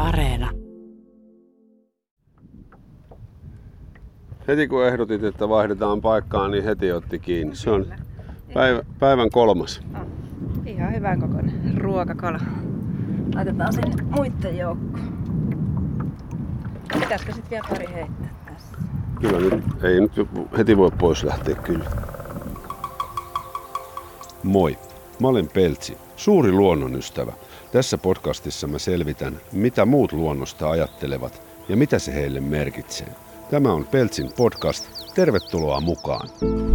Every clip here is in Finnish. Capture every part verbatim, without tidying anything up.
Areena. Heti kun ehdotit, että vaihdetaan paikkaa, niin heti otti kiinni. Se on päivä, päivän kolmas. No, ihan hyvän kokoinen ruokakala. Laitetaan sinne muitten joukkoon. Pitäisikö sit vielä pari heittää tässä? Kyllä nyt, ei nyt heti voi pois lähteä kyllä. Moi, mä olen Peltsi, suuri luonnonystävä. Tässä podcastissa mä selvitän, mitä muut luonnosta ajattelevat ja mitä se heille merkitsee. Tämä on Peltsin podcast. Tervetuloa mukaan!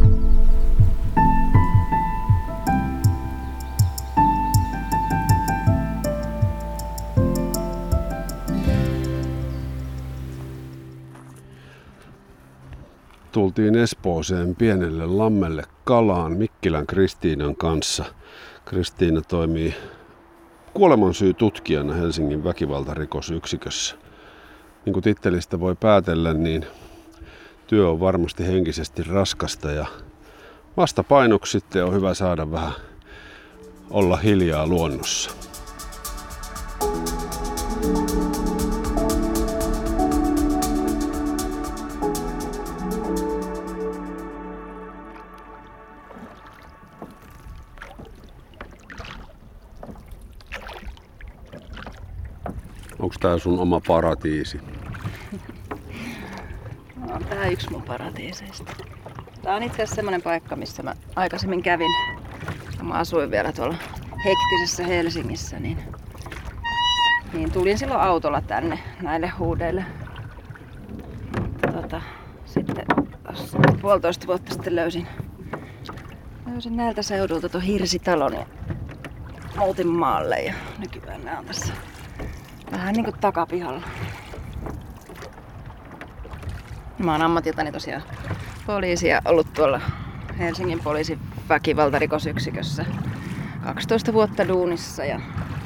Tultiin Espooseen pienelle lammelle kalaan Mikkilän Kristiinan kanssa. Kristiina toimii kuolemansyytutkijana Helsingin väkivaltarikosyksikössä. Niin kuin tittelistä voi päätellä, niin työ on varmasti henkisesti raskasta ja vastapainoksi sitten on hyvä saada vähän olla hiljaa luonnossa. Onko tää sun oma paratiisi? No, tää on yksi mun paratiiseista. Tää on itse asiassa semmonen paikka, missä mä aikaisemmin kävin. Mä asuin vielä tuolla hektisessä Helsingissä, niin, niin tulin silloin autolla tänne näille huudeille. Tota, sitten tossa puolitoista vuotta sitten löysin, löysin näiltä seudulta tuon hirsitalon ja muutin maalle ja nykyään nää on tässä vähän niinku takapihalla. Mä oon ammatiltani tosiaan poliisi ja ollut tuolla Helsingin poliisin väkivaltarikosyksikössä kaksitoista vuotta duunissa ja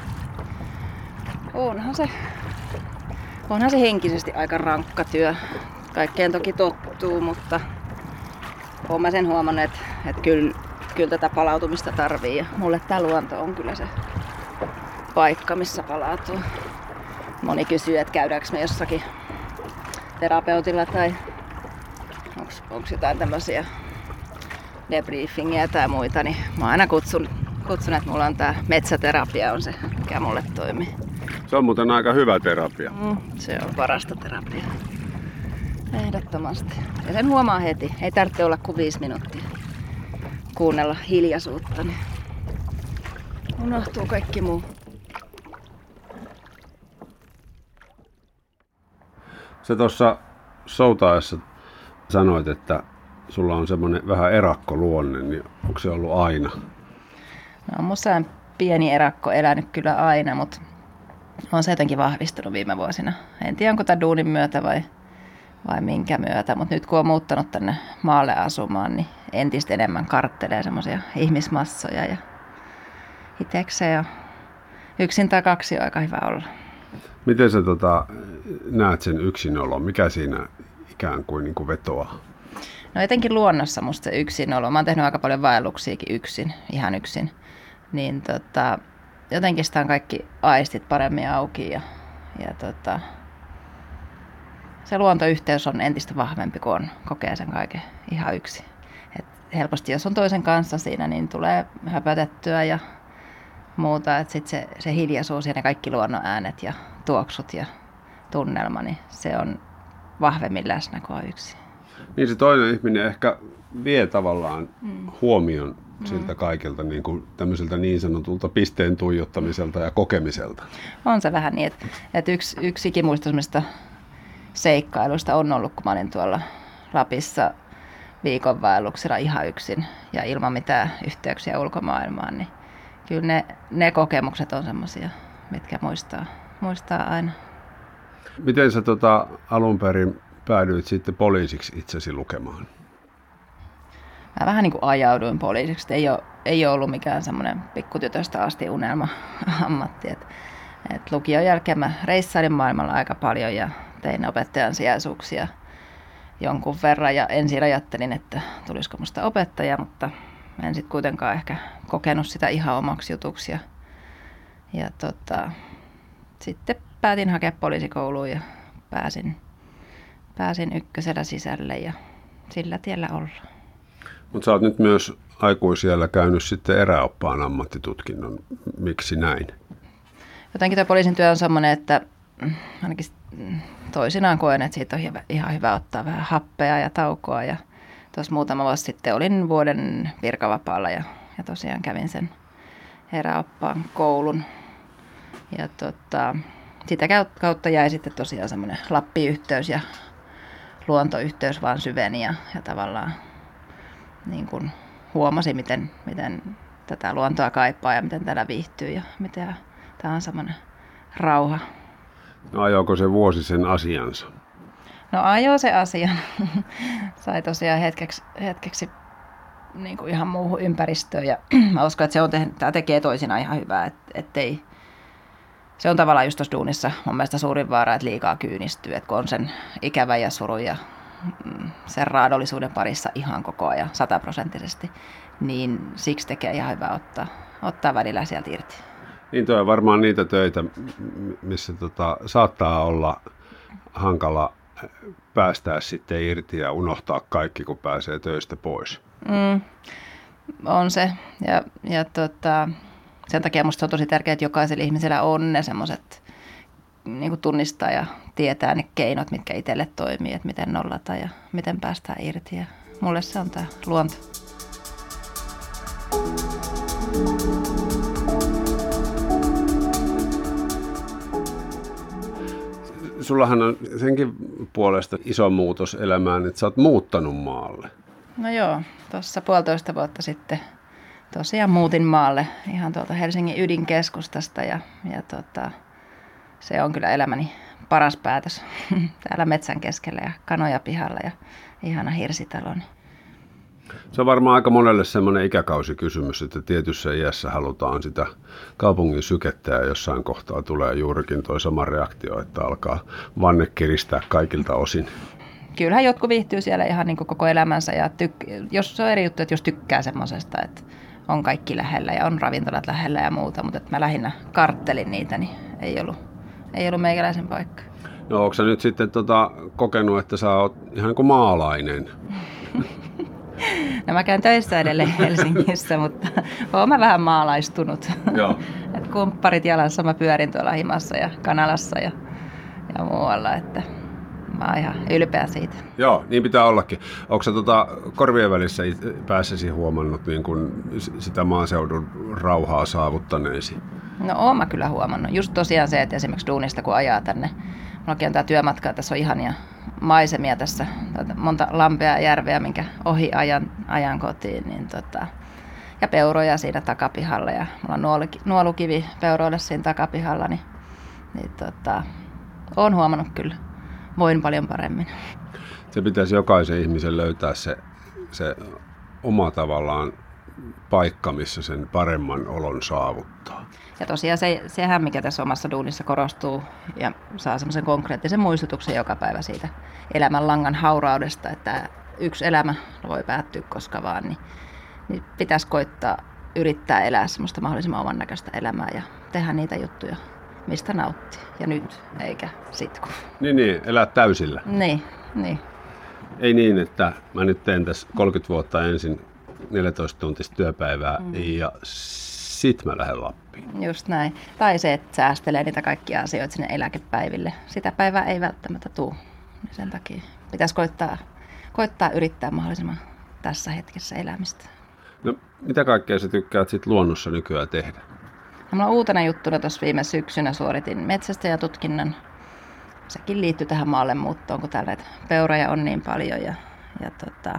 onhan se, onhan se henkisesti aika rankka työ. Kaikkeen toki tottuu, mutta oon mä sen huomannut, että, että kyllä, kyllä tätä palautumista tarvii ja mulle tää luonto on kyllä se paikka, missä palautuu. Moni kysyy, että käydäänkö me jossakin terapeutilla tai onko jotain tämmöisiä debriefingiä tai muita, niin mä aina kutsun, kutsun, että mulla on tää metsäterapia on se, mikä mulle toimii. Se on muuten aika hyvä terapia. Mm, se on parasta terapiaa. Ehdottomasti. Ja sen huomaa heti. Ei tarvitse olla kuin viisi minuuttia kuunnella hiljaisuutta, niin unohtuu kaikki muu. Sä tuossa soutaessa sanoit, että sulla on semmoinen vähän erakkoluonne, niin onko se ollut aina? No, musta on pieni erakko elänyt kyllä aina, mutta on se jotenkin vahvistunut viime vuosina. En tiedä, onko tämä duunin myötä vai, vai minkä myötä, mutta nyt kun on muuttanut tänne maalle asumaan, niin entistä enemmän karttelee semmoisia ihmismassoja ja itsekseen ja yksin tai kaksi on aika hyvä olla. Miten sä tota, näet sen yksinolon? Mikä siinä ikään kuin, niin kuin vetoaa? No etenkin luonnossa musta se yksinolo. Mä oon tehnyt aika paljon vaelluksiakin yksin, ihan yksin. Niin tota, jotenkin sitä on kaikki aistit paremmin auki ja, ja tota, se luontoyhteys on entistä vahvempi, kun on, kokee sen kaiken ihan yksin. Et helposti jos on toisen kanssa siinä, niin tulee höpötettyä ja muuta. Et sit se, se hiljaisuus ja ne kaikki luonnon äänet ja tuoksut ja tunnelma, niin se on vahvemmin läsnä kuin on yksin. Niin se toinen ihminen ehkä vie tavallaan mm. huomion siltä mm. kaikelta niin kuin tämmöiseltä niin sanotulta pisteen tuijottamiselta ja kokemiselta. On se vähän niin, että, että yksi, yksi ikimuistoisemmista seikkailuista on ollut, kun mä olin tuolla Lapissa viikonvaelluksella ihan yksin ja ilman mitään yhteyksiä ulkomaailmaan, niin kyllä ne, ne kokemukset on semmoisia, mitkä muistaa, muistaa aina. Miten sä tota, alun perin päädyit sitten poliisiksi itsesi lukemaan? Mä vähän niin kuin ajauduin poliisiksi. Ei ole, ei ole ollut mikään semmoinen pikkutytöstä asti unelma-ammatti. Et, et lukion jälkeen mä reissailin maailmalla aika paljon ja tein opettajan sijaisuuksia jonkun verran. Ja ensin ajattelin, että tulisiko musta opettaja, mutta en sitten kuitenkaan ehkä kokenut sitä ihan omaksi jutuksi. Ja, ja tota, sitten päätin hakea poliisikouluun ja pääsin, pääsin ykkösellä sisälle ja sillä tiellä ollaan. Mutta sä oot nyt myös aikuisiellä käynyt sitten eräoppaan ammattitutkinnon. Miksi näin? Jotenkin tuo poliisin työ on semmoinen, että ainakin toisinaan koen, että siitä on ihan hyvä ottaa vähän happea ja taukoa. Ja tuossa muutama vuosi sitten olin vuoden virkavapaalla ja, ja tosiaan kävin sen eräoppaan koulun. Ja tota, sitä kautta jäi sitten tosiaan semmoinen Lappi-yhteys ja luontoyhteys vaan syveni ja, ja tavallaan niin kuin huomasi, miten, miten tätä luontoa kaipaa ja miten täällä viihtyy ja miten tämä on semmoinen rauha. No ajoiko se vuosi sen asiansa? No ajoi se asian. Sai tosiaan hetkeksi, hetkeksi niin kuin ihan muuhun ympäristöön ja mä uskon, että se on tehnyt, tämä tekee toisinaan ihan hyvää, et, ettei se on tavallaan just tuossa duunissa mun mielestä suurin vaara, että liikaa kyynistyy, että kun on sen ikävä ja suru ja sen raadollisuuden parissa ihan koko ajan sataprosenttisesti, niin siksi tekee ihan hyvä ottaa, ottaa välillä sieltä irti. Niin toi on varmaan niitä töitä, missä tota, saattaa olla hankala päästää sitten irti ja unohtaa kaikki, kun pääsee töistä pois. Mm, on se. Ja, ja tota, sen takia musta on tosi tärkeää, että jokaisella ihmisellä on ne semmoiset niin tunnistaa ja tietää ne keinot, mitkä itselle toimii, että miten nollata ja miten päästään irti. Ja mulle se on tämä luonto. Sullahan on senkin puolesta iso muutos elämään, että sä oot muuttanut maalle. No joo, tuossa puolitoista vuotta sitten tosiaan muutin maalle ihan tuolta Helsingin ydinkeskustasta ja, ja tota, se on kyllä elämäni paras päätös täällä metsän keskellä ja kanoja pihalla ja ihana hirsitalo. Se on varmaan aika monelle semmoinen ikäkausikysymys, että tietyssä iässä halutaan sitä kaupungin sykettä ja jossain kohtaa tulee juurikin tuo sama reaktio, että alkaa vanne kiristää kaikilta osin. Kyllähän jotkut viihtyy siellä ihan niin kuin koko elämänsä ja tyk- jos se on eri juttu, että jos tykkää semmoisesta, että on kaikki lähellä ja on ravintolat lähellä ja muuta, mutta että mä lähinnä karttelin niitä, niin ei ollut, ei ollut meikäläisen paikka. No onko sä nyt sitten tota, kokenut, että sä oot ihan kuin maalainen? No mä käyn töissä edelleen Helsingissä, mutta oon mä vähän maalaistunut. Joo. Et kumpparit jalassa mä pyörin tuolla Himassa ja Kanalassa ja, ja muualla, että mä oon ihan ylpeä siitä. Joo, niin pitää ollakin. Onko sä tota korvien välissä päässäsi huomannut niin kun sitä maaseudun rauhaa saavuttaneesi? No oon mä kyllä huomannut. Just tosiaan se, että esimerkiksi duunista kun ajaa tänne, mullakin on tää työmatka, tässä on ihania maisemia tässä, monta lampea ja järveä, minkä ohi ajan, ajan kotiin, niin tota, ja peuroja siinä takapihalla ja mulla on nuoluki, nuolukivi peuroille siinä takapihalla, niin, niin tota, oon huomannut kyllä, voin paljon paremmin. Se pitäisi jokaisen ihmisen löytää se, se oma tavallaan paikka, missä sen paremman olon saavuttaa. Ja tosiaan se, sehän, mikä tässä omassa duunissa korostuu ja saa semmoisen konkreettisen muistutuksen joka päivä siitä elämänlangan hauraudesta, että yksi elämä voi päättyä koska vaan, niin, niin pitäisi koittaa yrittää elää semmoista mahdollisimman oman näköistä elämää ja tehdä niitä juttuja, mistä nauttii. Ja nyt, eikä sitku. Niin, niin, elää täysillä. Niin, niin. Ei niin, että mä nyt teen tässä kolmekymmentä vuotta ensin neljätoista tuntista työpäivää mm. ja sit mä lähden Lappiin. Just näin. Tai se, että säästelee niitä kaikkia asioita sinne eläkepäiville. Sitä päivää ei välttämättä tule. Sen takia pitäisi koittaa, koittaa yrittää mahdollisimman tässä hetkessä elämistä. No, mitä kaikkea sä tykkäät sit luonnossa nykyään tehdä? No, mulla on uutena juttuna tuossa viime syksynä suoritin metsästäjätutkinnon. Sekin liittyy tähän maalle muuttoon, kun täällä peuroja on niin paljon. Ja, ja tota,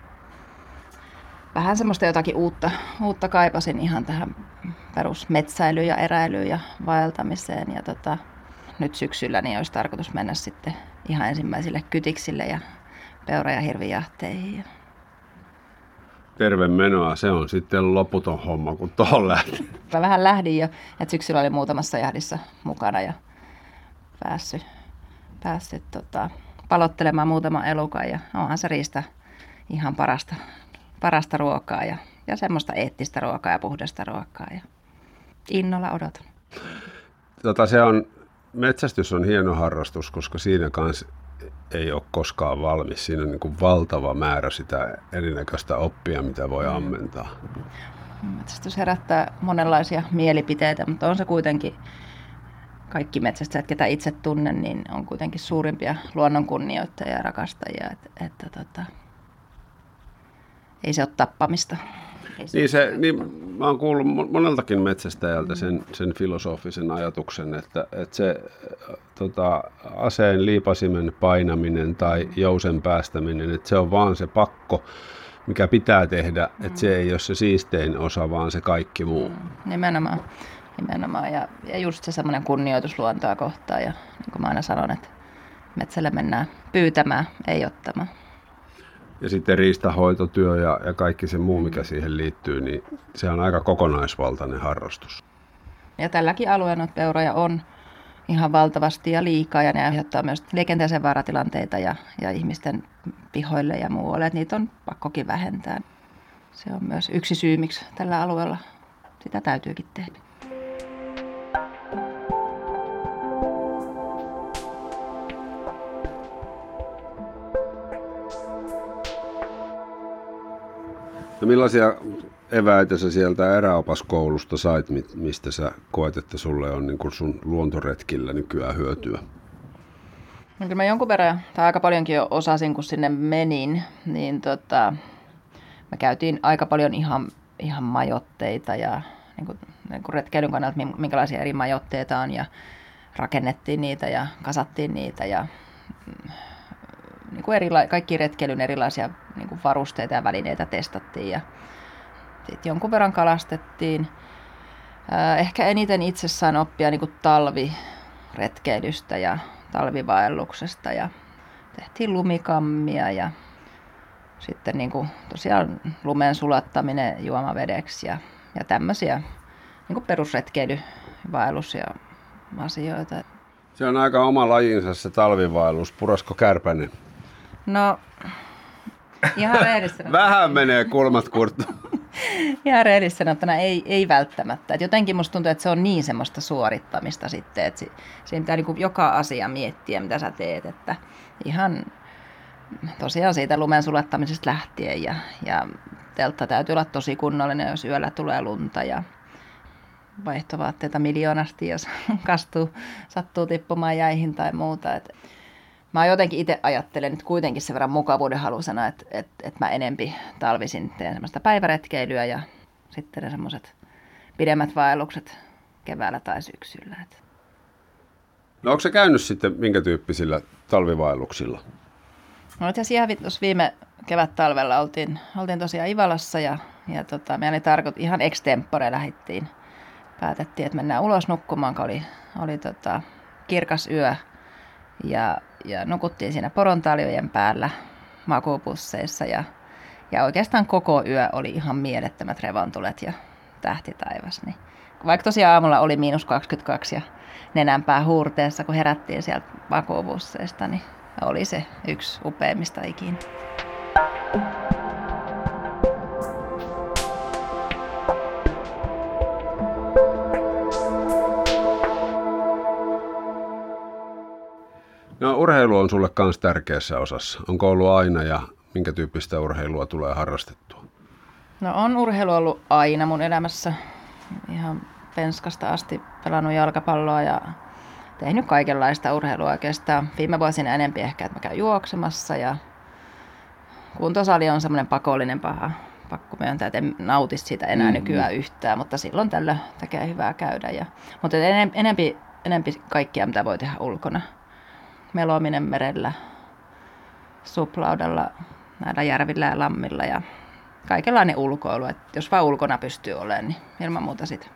vähän semmoista jotakin uutta, uutta kaipasin ihan tähän perusmetsäilyyn ja eräilyyn ja vaeltamiseen. Ja tota, nyt syksyllä niin olisi tarkoitus mennä sitten ihan ensimmäisille kytiksille ja peura- ja hirvijahteihin. Terve menoa, se on sitten loputon homma, kun tuohon lähdin. Mä vähän lähdin jo, että syksyllä oli muutamassa jahdissa mukana ja päässyt, päässyt tota, palottelemaan muutaman elukan. Ja onhan se riista ihan parasta, parasta ruokaa ja, ja semmoista eettistä ruokaa ja puhdasta ruokaa. Ja innolla odotan. Tota, se on Metsästys on hieno harrastus, koska siinä kanssa ei ole koskaan valmis. Siinä on niin kuin valtava määrä sitä erinäköistä oppia, mitä voi ammentaa. Metsästys herättää monenlaisia mielipiteitä, mutta on se kuitenkin, kaikki metsästäjät, ketä itse tunnen, niin on kuitenkin suurimpia luonnon kunnioittajia ja rakastajia. Että, että, tota, ei se ole tappamista. Se niin, se, niin mä oon kuullut moneltakin metsästäjältä sen, sen filosofisen ajatuksen, että, että se tota, aseen liipasimen painaminen tai jousen päästäminen, että se on vaan se pakko, mikä pitää tehdä, mm. että se ei ole se siistein osa, vaan se kaikki muu. Mm. Nimenomaan. Nimenomaan. Ja, ja just se semmoinen kunnioitus luontoa kohtaan. Ja niin kuin mä aina sanon, että metsälle mennään pyytämään, ei ottamaan. Ja sitten riistanhoitotyö ja, ja kaikki se muu, mikä siihen liittyy, niin se on aika kokonaisvaltainen harrastus. Ja tälläkin alueella noita peuroja on ihan valtavasti ja liikaa, ja ne aiheuttaa myös liikenteeseen vaaratilanteita ja, ja ihmisten pihoille ja muualle. Että niitä on pakkokin vähentää. Se on myös yksi syy, miksi tällä alueella sitä täytyykin tehdä. No millaisia eväitä sä sieltä eräopaskoulusta sait, mistä sä koet, että sulle on niin kuin sun luontoretkillä nykyään hyötyä? No kyllä mä jonkun verran, tai aika paljonkin jo osasin, kun sinne menin, niin tota, me käytiin aika paljon ihan, ihan majoitteita ja niin kuin, niin kuin retkeilyn kannalta, minkälaisia eri majoitteita on, ja rakennettiin niitä ja kasattiin niitä ja niin kuin erila- kaikki retkeilyn erilaisia niin kuin varusteita ja välineitä testattiin ja sitten jonkun verran kalastettiin. Ehkä eniten itse sain oppia niin kuin talviretkeilystä ja talvivaelluksesta ja tehtiin lumikammia ja sitten niin kuin tosiaan lumen sulattaminen juomavedeksi ja, ja tämmöisiä niin kuin perusretkeily, vaellus ja asioita. Se on aika oma lajinsa se talvivaellus. Purasko kärpänen? No, ihan rehellisesti Vähän menee kulmat kurttuun. Ihan rehellisesti sanottuna ei, ei välttämättä. Et jotenkin musta tuntuu, että se on niin semmoista suorittamista sitten, että si, siinä pitää niin joka asia miettiä, mitä sä teet. Että ihan tosiaan siitä lumen sulattamisesta lähtien ja, ja teltta täytyy olla tosi kunnollinen, jos yöllä tulee lunta ja vaihtovaatteita miljoonasti, jos kastuu, sattuu tippumaan jäihin tai muuta. Et mä jotenkin itse ajattelen nyt kuitenkin sen verran mukavuuden halusena, että, että, että mä enempi talvisin teen semmoista päiväretkeilyä ja sitten ne semmoiset pidemmät vaellukset keväällä tai syksyllä. No onko se käynyt sitten minkä tyyppisillä talvivaelluksilla? No itse asiassa ihan viime kevät-talvella oltiin, oltiin tosiaan Ivalassa ja, ja tota, meillä oli tarkoitus, ihan extempore lähdettiin. Päätettiin, että mennään ulos nukkumaan, kun oli, oli tota, kirkas yö ja, ja nukuttiin siinä porontaljojen päällä makuupusseissa ja, ja oikeastaan koko yö oli ihan mielettömät revontulet ja tähtitaivas. Niin, vaikka tosiaan aamulla oli miinus kaksikymmentäkaksi ja nenänpää huurteessa, kun herättiin sieltä makuupusseista, niin oli se yksi upeimmista ikinä. No urheilu on sulle kans tärkeässä osassa. Onko ollut aina ja minkä tyyppistä urheilua tulee harrastettua? No on urheilu ollut aina mun elämässä. Ihan penskasta asti pelannut jalkapalloa ja tehnyt kaikenlaista urheilua oikeastaan. Viime vuosina enempi ehkä, että mä käyn juoksemassa ja kuntosali on semmoinen pakollinen paha. Pakko myöntää, että en nauti siitä enää mm-hmm. nykyään yhtään, mutta silloin tällä tekee hyvää käydä. Ja, mutta enempi, enempi kaikkia, mitä voi tehdä ulkona. Melominen merellä, suplaudella, näillä järvillä ja lammilla ja kaikenlainen ulkoilu. Että jos vaan ulkona pystyy olemaan, niin ilman muuta sitä.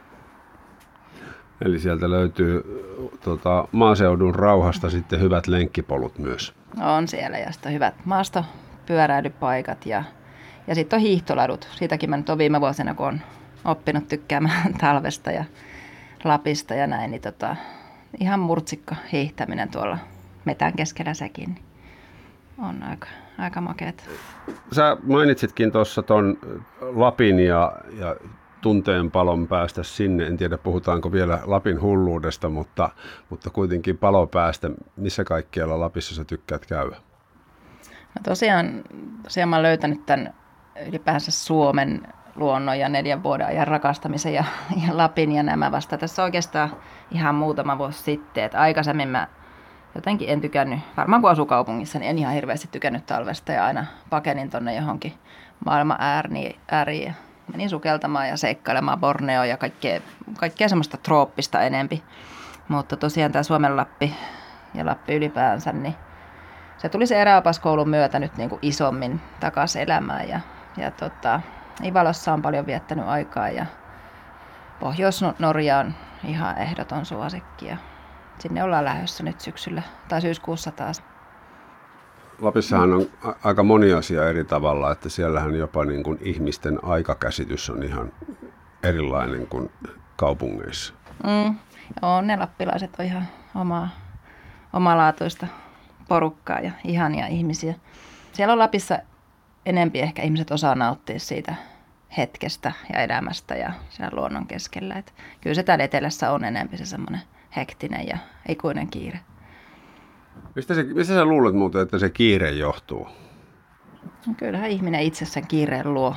Eli sieltä löytyy tota, maaseudun rauhasta sitten hyvät lenkkipolut myös. On siellä ja sitten hyvät maastopyöräilypaikat ja, ja sitten on hiihtoladut. Siitäkin mä nyt olen viime vuosina, kun olen oppinut tykkäämään talvesta ja Lapista ja näin, niin tota, ihan murtsikka hiihtäminen tuolla metän keskellä sekin niin on aika, aika makeata. Sä mainitsitkin tuossa ton Lapin ja, ja tunteen palon päästä sinne. En tiedä, puhutaanko vielä Lapin hulluudesta, mutta, mutta kuitenkin palo päästä. Missä kaikkialla Lapissa sä tykkäät käydä? No tosiaan, tosiaan mä oon löytänyt tämän ylipäänsä Suomen luonnon ja neljän vuoden ajan rakastamisen ja, ja Lapin ja nämä vasta. Tässä oikeastaan ihan muutama vuosi sitten. Että aikaisemmin mä jotenkin en tykännyt, varmaan kun asuu kaupungissa, niin en ihan hirveästi tykännyt talvesta ja aina pakenin tonne johonkin maailman ääriin, ääriin ja menin sukeltamaan ja seikkailemaan Borneoon ja kaikkea, kaikkea semmoista trooppista enempi. Mutta tosiaan tämä Suomen Lappi ja Lappi ylipäänsä, niin se tuli se eräopaskoulun myötä nyt niin kuin isommin takaisin elämään. Ja, ja tota, Ivalossa on paljon viettänyt aikaa ja Pohjois-Norja on ihan ehdoton suosikki. Ja sinne ollaan lähdössä nyt syksyllä tai syyskuussa taas. Lapissahan on aika moni asia eri tavalla, että siellähän jopa niin kuin ihmisten aikakäsitys on ihan erilainen kuin kaupungeissa. Mm, joo, ne lappilaiset on ihan omaa, omalaatuista porukkaa ja ihania ihmisiä. Siellä on Lapissa enempi ehkä ihmiset osaa nauttia siitä hetkestä ja elämästä ja siellä luonnon keskellä. Et kyllä se täällä etelässä on enempi se semmoinen hektinen ja ikuinen kiire. Mistä, se, mistä sä luulet muuten, että se kiire johtuu? No kyllähän ihminen itse sen kiireen luo.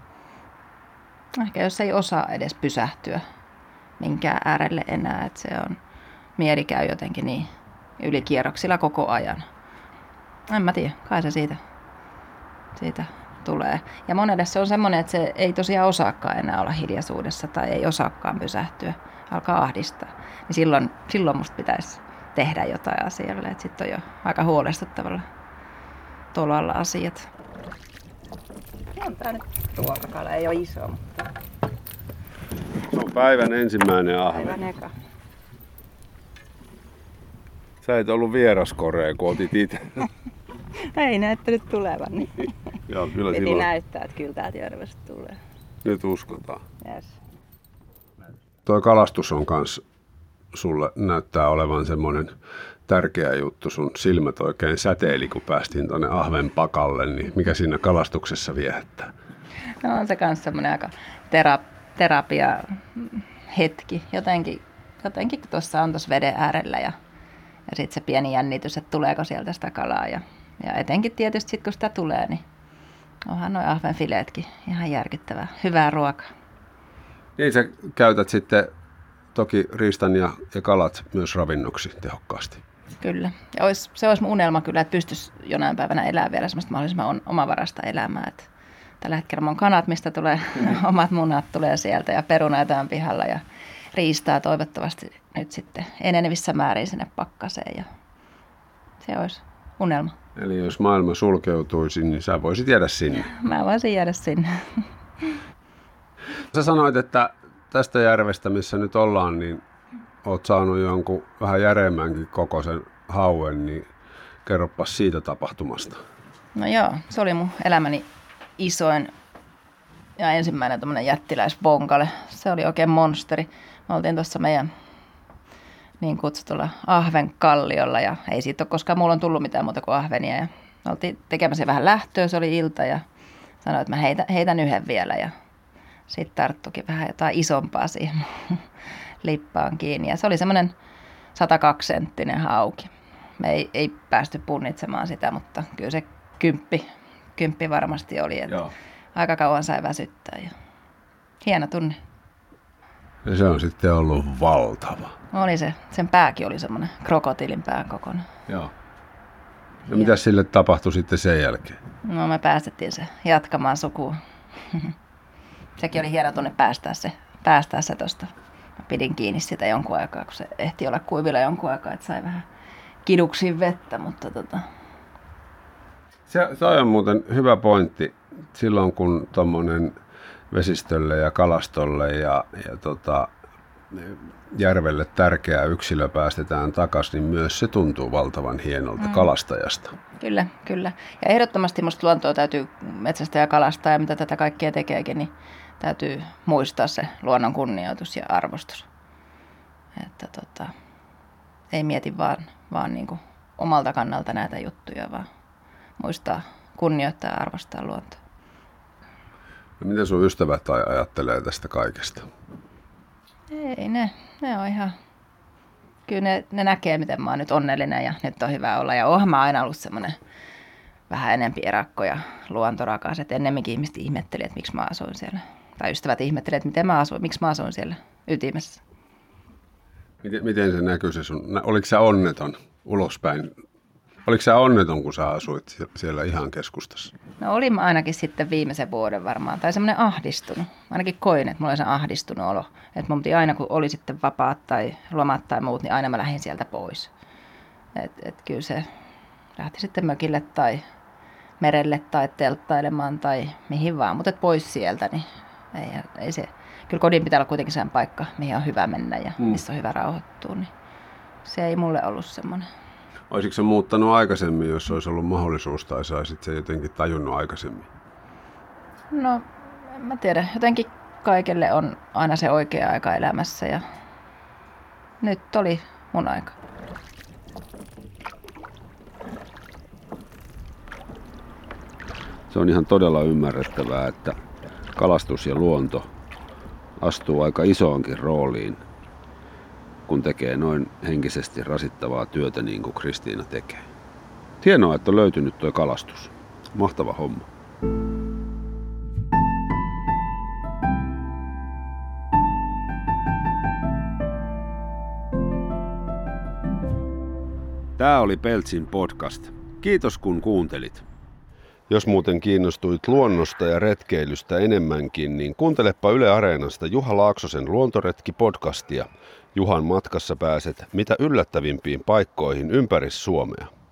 Ehkä jos ei osaa edes pysähtyä minkään äärelle enää, että se on, mieli käy jotenkin niin ylikierroksilla koko ajan. En mä tiedä, kai se siitä, siitä tulee. Ja monelle se on semmoinen, että se ei tosiaan osaakaan enää olla hiljaisuudessa tai ei osaakaan pysähtyä, alkaa ahdistaa. Niin silloin, silloin musta pitäisi tehdä jotain asialle, että sitten on jo aika huolestuttavalla tolalla asiat. On tää nyt ruokakala, ei ole iso, mutta se on päivän ensimmäinen ahven. päivän eka. Sä et ollut vieraskorea, kun otit itse. Ei näyttänyt tulevan, niin Joo, kyllä piti silloin. näyttää, että kyllä täältä järvestä tulee. Nyt uskotaan. Yes. Toi kalastus on kans sulle näyttää olevan semmoinen tärkeä juttu. Sun silmät oikein säteili, kun päästiin tuonne ahven pakalle, niin mikä siinä kalastuksessa viehättää? No on se kans semmoinen aika tera, terapia hetki. Jotenkin, jotenkin kun tuossa on tuossa veden äärellä ja, ja sitten se pieni jännitys, että tuleeko sieltä sitä kalaa. Ja, ja etenkin tietysti sit, kun sitä tulee, niin onhan nuo ahvenfileetkin ihan järkyttävää. Hyvää ruokaa. Niin sä käytät sitten toki riistan ja, ja kalat myös ravinnoksi tehokkaasti. Kyllä. Ja olisi, se olisi mun unelma kyllä, että pystyisi jonain päivänä elämään vielä semmoista mahdollisimman omavarasta elämää. Että tällä hetkellä mun kanat, mistä tulee omat munat, tulee sieltä ja perunaita on pihalla ja riistaa toivottavasti nyt sitten enenevissä määrin sinne pakkaseen. Ja se olisi unelma. Eli jos maailma sulkeutuisi, niin sä voisit jäädä sinne. Mä voisin jäädä sinne. Sä sanoit, että tästä järvestä, missä nyt ollaan, niin oot saanut jonkun vähän järeemmänkin kokoisen hauen, niin kerropas siitä tapahtumasta. No joo, se oli mun elämäni isoin ja ensimmäinen tämmöinen jättiläisbonkale. Se oli oikein monsteri. Me oltiin tuossa meidän niin kutsutulla ahvenkalliolla ja ei siitä ole koskaan mulla on tullut mitään muuta kuin ahvenia. Ja me oltiin tekemässä vähän lähtöä, se oli ilta ja sanoin, että mä heitän, heitän yhden vielä ja sitten tarttukin vähän jotain isompaa siihen lippaan kiinni. Ja se oli semmoinen sata kaksi senttinen hauki. Me ei, ei päästy punnitsemaan sitä, mutta kyllä se kymppi, kymppi varmasti oli. Että aika kauan sai väsyttää ja hieno tunne. Ja se on sitten ollut valtava. Oli se. Sen pääkin oli semmoinen krokotiilin pään kokonaan. Joo. Ja, ja mitä sille tapahtui sitten sen jälkeen? No me päästettiin se jatkamaan sukua. Sekin oli hieno tunne päästää se, päästää se tosta. Mä pidin kiinni sitä jonkun aikaa, kun se ehti olla kuivilla jonkun aikaa, että sai vähän kiduksiin vettä, mutta tota... Se, se on muuten hyvä pointti. Silloin kun tommonen vesistölle ja kalastolle ja, ja tota, järvelle tärkeä yksilö päästetään takaisin, niin myös se tuntuu valtavan hienolta mm. kalastajasta. Kyllä, kyllä. Ja ehdottomasti musta luontoa täytyy metsästä ja kalastaa ja mitä tätä kaikkea tekeekin, niin täytyy muistaa se luonnon kunnioitus ja arvostus. Että tota, ei mieti vaan, vaan niin kuin omalta kannalta näitä juttuja, vaan muistaa kunnioittaa ja arvostaa luontoa. Miten sun ystävät ajattelee tästä kaikesta? Ei, ne, ne on ihan... Kyllä ne, ne näkee, miten mä oon nyt onnellinen ja nyt on hyvä olla. Ja oonhan mä aina ollut semmoinen vähän enempi erakko ja luontorakas. Et ennemminkin ihmiset ihmetteli, että miksi mä asuin siellä. Tai ystävät ihmetteli, että miten mä asuin, miksi mä asuin siellä ytimessä. Miten, miten se näkyy se sun... Oliko sä onneton ulospäin? Oliko sä onneton, kun sä asuit siellä ihan keskustassa? No olin mä ainakin sitten viimeisen vuoden varmaan. Tai semmoinen ahdistunut. Ainakin koin, että mulla oli se ahdistunut olo. Että mun piti aina, kun oli sitten vapaat tai lomat tai muut, niin aina mä lähdin sieltä pois. Että et kyllä se lähti sitten mökille tai merelle tai telttailemaan tai mihin vaan. Mutta pois sieltä, niin ei, ei se... Kyllä kodin pitää olla kuitenkin sen paikka, mihin on hyvä mennä ja mm. missä on hyvä rauhoittua. Niin se ei mulle ollut semmoinen. Olisitko se muuttanut aikaisemmin, jos olisi ollut mahdollisuus, tai saisit se jotenkin tajunnut aikaisemmin? No, en mä tiedä. Jotenkin kaikelle on aina se oikea aika elämässä, ja nyt oli mun aika. Se on ihan todella ymmärrettävää, että kalastus ja luonto astuu aika isoonkin rooliin, kun tekee noin henkisesti rasittavaa työtä niin kuin Kristiina tekee. Hienoa, että on löytynyt tuo kalastus. Mahtava homma. Tämä oli Peltsin podcast. Kiitos kun kuuntelit. Jos muuten kiinnostuit luonnosta ja retkeilystä enemmänkin, niin kuuntelepa Yle Areenasta Juha Laaksosen Luontoretki-podcastia. Juhan matkassa pääset mitä yllättävimpiin paikkoihin ympäri Suomea.